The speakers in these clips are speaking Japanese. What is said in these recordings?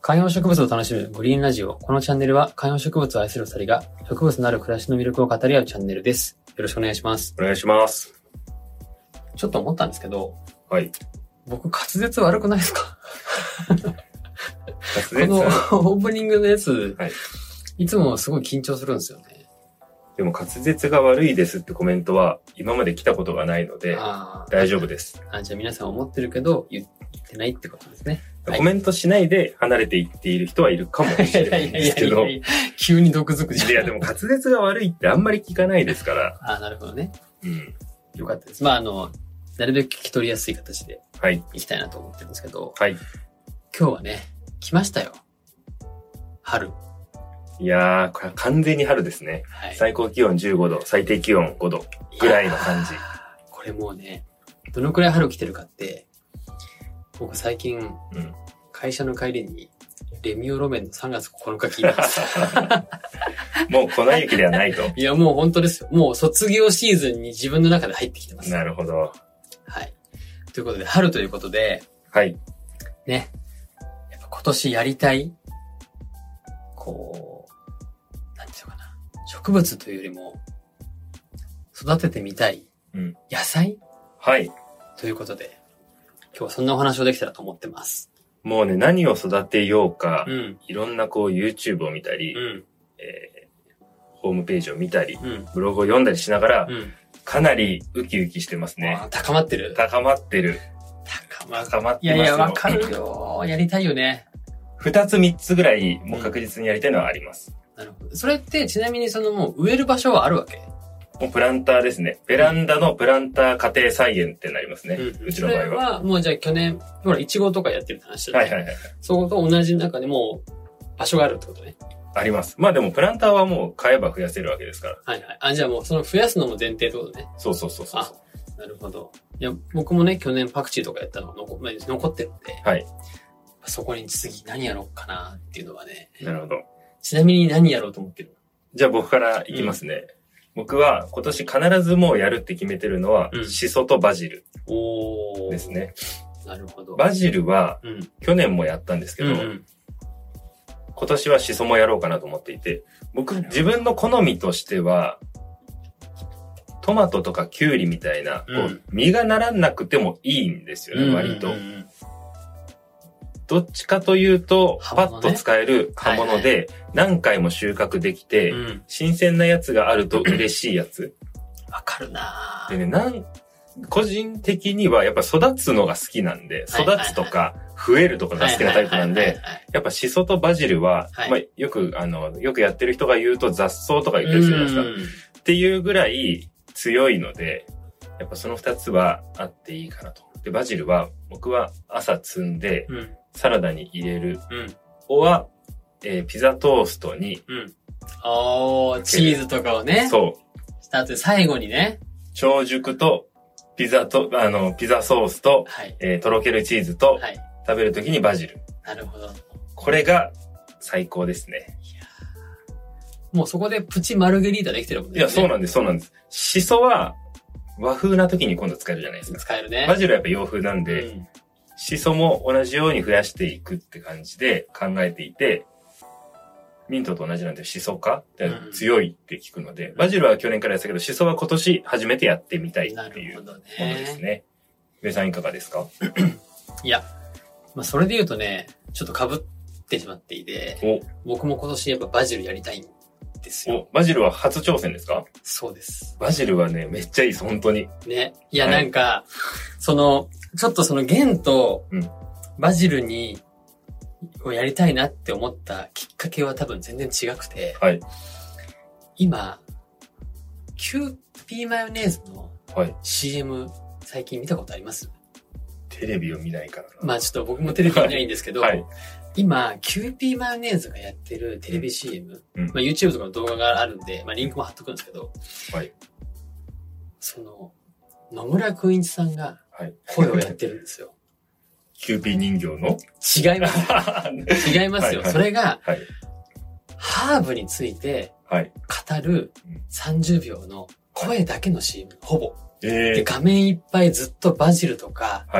観葉植物を楽しむグリーンラジオ。このチャンネルは観葉植物を愛する2人が植物のある暮らしの魅力を語り合うチャンネルです。よろしくお願いします。 お願いします。 ちょっと思ったんですけど、 はい。 僕滑舌悪くないですか？ 滑舌このオープニングのやつ、 はい、 いつもすごい緊張するんですよね。 でも滑舌が悪いですってコメントは今まで来たことがないので大丈夫です。 じゃあ皆さん思ってるけど言ってないってことですね。 コメントしないで離れていっている人はいるかもしれないんですけど。 急に毒づくじゃん。 いやでも滑舌が悪いってあんまり聞かないですから。 なるほどね。 うん。 よかったです。なるべく聞き取りやすい形でいきたいなと思ってるんですけど。 はい。 今日はね、来ましたよ。春。 いやー、これ完全に春ですね。はい、最高気温15度、最低気温5度ぐらいの感じ。 これもうね、どのくらい春来てるかって、僕最近、会社の帰りに、レミオロメンの3月9日聞いてます。 もう粉雪ではないと。 いや、もう本当ですよ。もう卒業シーズンに自分の中で入ってきてます。 なるほど。 はい。ということで、春ということで、 はい。 ね。やっぱ今年やりたい、なんていうのかな。植物というよりも、育ててみたい、野菜、 はい。 ということで、今日はそんなお話をできたらと思ってます。 もうね、何を育てようか、いろんなYouTube を見たり、ホームページを見たり、ブログを読んだりしながら、かなりウキウキしてますね。 高まってる。 高まってますよ。 いや、わかるよ。やりたいよね。 2つ3つぐらい、もう確実にやりたいのはあります。 なるほど。それって、ちなみにもう植える場所はあるわけ？ もうプランターですね。ベランダのプランター家庭菜園ってなりますね。うちの場合は。それはもうじゃあ去年、ほら、イチゴとかやってるって話だね。はい。 そこと同じ中でも場所があるってことね。 あります。まあでもプランターはもう買えば増やせるわけですから。 はい。じゃあもうその増やすのも前提ってことね。 そう。 なるほど。いや、僕もね、去年パクチーとかやったの残ってるんで。 はい。 そこに次何やろうかなっていうのはね。 なるほど。 ちなみに何やろうと思ってるの？ じゃあ僕からいきますね。僕は今年必ずもうやるって決めてるのは、シソとバジルですね。 なるほど。 バジルは、去年もやったんですけど、今年はシソもやろうかなと思っていて、僕自分の好みとしては、トマトとかキュウリみたいな、実がならなくてもいいんですよね、割と。どっちかというと、パッと使える葉物で、何回も収穫できて、新鮮なやつがあると嬉しいやつ。 わかるなぁ。でね、個人的にはやっぱ育つのが好きなんで、育つとか増えるとかが好きなタイプなんで、やっぱシソとバジルは、よくやってる人が言うと雑草とか言ってる人いますか。っていうぐらい強いので、やっぱその2つはあっていいかなと。で、バジルは僕は朝摘んで、サラダに入れる。ピザトーストに。 チーズとかをね。 そう。 した後で最後にね。 超熟と、ピザソースと、とろけるチーズと、食べるときにバジル。 なるほど。 これが最高ですね。 いやもうそこでプチマルゲリータできてるもんね。 いや、そうなんです。シソは和風な時に今度使えるじゃないですか。 使えるね。 バジルはやっぱ洋風なんで、シソも同じように増やしていくって感じで考えていて、ミントと同じなんでシソ科って強いって聞くので、バジルは去年からやってたけど、シソは今年初めてやってみたいっていうものですね。上さんいかがですか？ いや、それで言うとね、ちょっと被ってしまっていて、僕も今年やっぱバジルやりたいんですよ。 バジルは初挑戦ですか？ そうです。 バジルはね、めっちゃいいです、本当に。 ね。いや、なんか、ちょっとゲンとバジルをやりたいなって思ったきっかけは多分全然違くて、今、キューピーマヨネーズの CM 最近見たことあります？ テレビを見ないからな。 ちょっと僕もテレビ見ないんですけど、今、キューピーマヨネーズがやってるテレビ CM、YouTube とかの動画があるんで、リンクも貼っとくんですけど、野村くんいちさんが声をやってるんですよ。 キューピー人形の？ 違います。違いますよ。それが、ハーブについて語る30秒の声だけの CM、ほぼ。で、画面いっぱいずっとバジルとか、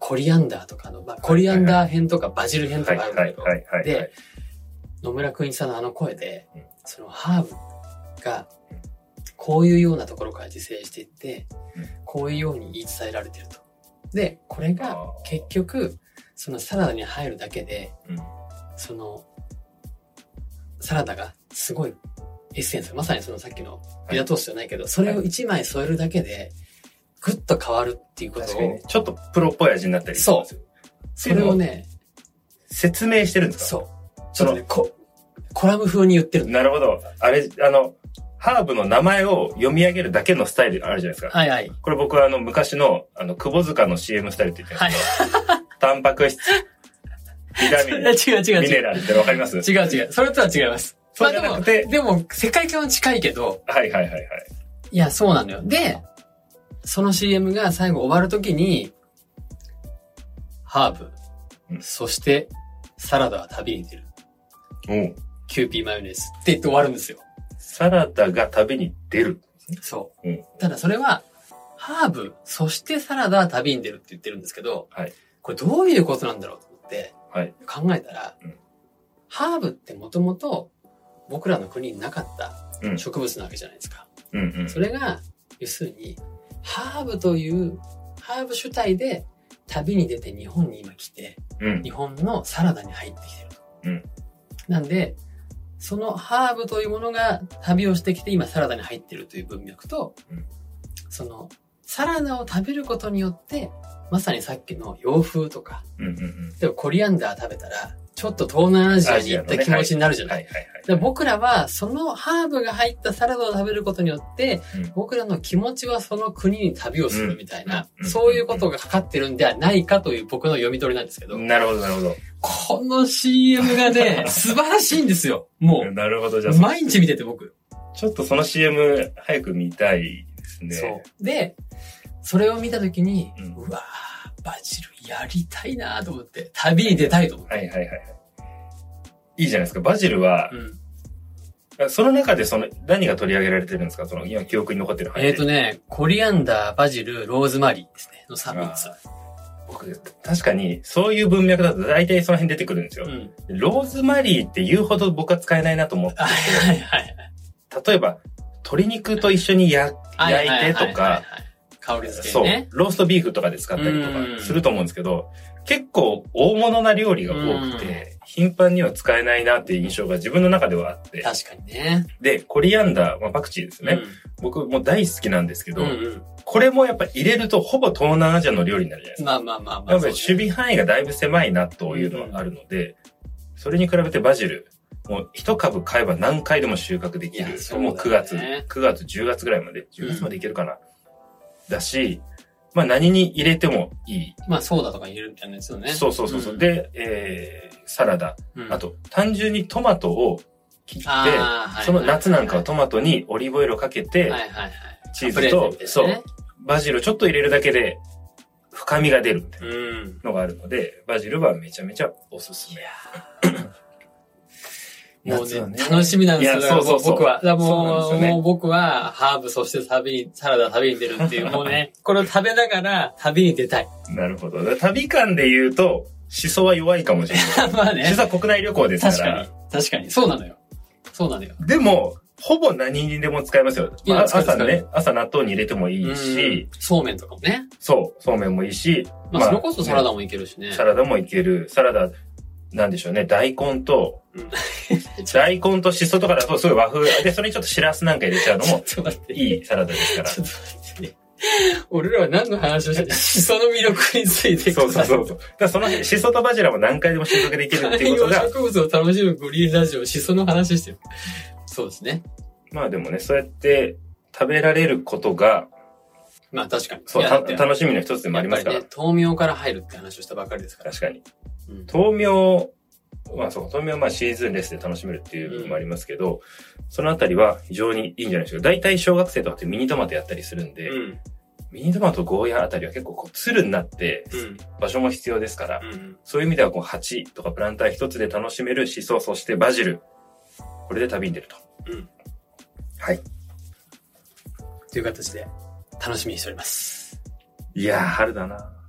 コリアンダーとかの、コリアンダー編とかバジル編とかあるんだけど、で、野村くんいちさんのあの声で、そのハーブが、こういうようなところから自生していって、こういうように言い伝えられてると。で、これが結局、そのサラダに入るだけで、その、サラダがすごいエッセンス、まさにそのさっきのピザトーストじゃないけど、それを1枚添えるだけで、ぐっと変わるっていうことを。確かにちょっとプロっぽい味になったりするんですよ。 それをね、 説明してるんですか？ そう。ちょっとね、コラム風に言ってる。 なるほど。あれ、ハーブの名前を読み上げるだけのスタイルあるじゃないですか。 はいはい。 これ僕は昔の、窪塚の CM スタイルって言ってるんですけど、はい、タンパク質、ビタミン、 違う。 ミネラルってわかります？ 違う。それとは違います。まあでも、世界観は近いけど。 はい。 いや、そうなのよ。で、その CM が最後終わるときに、ハーブ、そしてサラダは旅に出る。キューピーマヨネーズって言って終わるんですよ。 サラダが旅に出る。 そう。ただそれは、ハーブ、そしてサラダは旅に出るって言ってるんですけど、はい、これどういうことなんだろうと思って考えたら、ハーブってもともと僕らの国になかった植物なわけじゃないですか。それが、要するに、ハーブというハーブ主体で旅に出て日本に今来て、日本のサラダに入ってきてると。なんで、そのハーブというものが旅をしてきて今サラダに入ってるという文脈と、そのサラダを食べることによって、まさにさっきの洋風とか、でもコリアンダー食べたら、ちょっと東南アジアに行った気持ちになるじゃない。僕らはそのハーブが入ったサラダを食べることによって、僕らの気持ちはその国に旅をするみたいな、そういうことがかかってるんではないかという僕の読み取りなんですけど。 なるほど。 この CM がね、素晴らしいんですよ。もう。 なるほど、じゃあ。 毎日見てて僕。 ちょっとその CM 早く見たいですね。 そう。で、それを見たときに、うわぁ、バジルやりたいなと思って、旅に出たいと思って。 はい。いいじゃないですか。バジルは、その中で何が取り上げられてるんですか？今記憶に残ってる。 コリアンダー、バジル、ローズマリーですね。の3つ。 僕、確かに、そういう文脈だと大体その辺出てくるんですよ。ローズマリーって言うほど僕は使えないなと思ってて。例えば、鶏肉と一緒に焼いてとか、 香り付けね。 そう、ローストビーフとかで使ったりとかすると思うんですけど、結構大物な料理が多くて、頻繁には使えないなっていう印象が自分の中ではあって。 確かにね。 で、コリアンダー、パクチーですね。僕も大好きなんですけど、これもやっぱ入れるとほぼ東南アジアの料理になるじゃないですか。 まあ。 やっぱり守備範囲がだいぶ狭いなというのはあるので、それに比べてバジル、もう一株買えば何回でも収穫できる。もう9月、10月ぐらいまで、10月までいけるかな。だし、何に入れてもいい。 ソーダとか入れるみたいなやつよね。 そう。で、サラダ。あと、単純にトマトを切って、その夏なんかはトマトにオリーブオイルをかけて、チーズと、バジルをちょっと入れるだけで深みが出るみたいなのがあるので、バジルはめちゃめちゃおすすめ。 もうね、楽しみなんですよ。僕は。もう僕は、ハーブ、そしてサラダ旅に出るっていう、もうね、これを食べながら旅に出たい。 なるほど。旅感で言うと、シソは弱いかもしれない。シソは国内旅行ですから。 確かに。そうなのよ。 でも、ほぼ何にでも使えますよ。朝納豆に入れてもいいし。 そうめんとかもね。 そう、そうめんもいいし。 それこそサラダもいけるしね。 サラダもいける。サラダ、なんでしょうね。大根とシソとかだとすごい和風で、それにちょっとシラスなんか入れちゃうのもいいサラダですから。ちょっと待って。 俺らは何の話をして、シソの魅力について。 そう。だからそのシソとバジルも何回でも収穫できるっていうことが。 観葉植物を楽しむグリーンラジオ、シソの話してる。そうですね。 でもね、そうやって食べられることが、 確かに。 そう、楽しみの一つでもありますから。 豆苗から入るって話をしたばかりですから。 確かに。豆苗、豆苗はシーズンレスで楽しめるっていう部分もありますけど、そのあたりは非常にいいんじゃないでしょうか。大体小学生とかってミニトマトやったりするんで、ミニトマト、ゴーヤあたりは結構ツルになって、場所も必要ですから、そういう意味では鉢とかプランター一つで楽しめるシソ、そしてバジル、これで旅に出ると。はい。 という形で楽しみにしております。 いやー、春だな。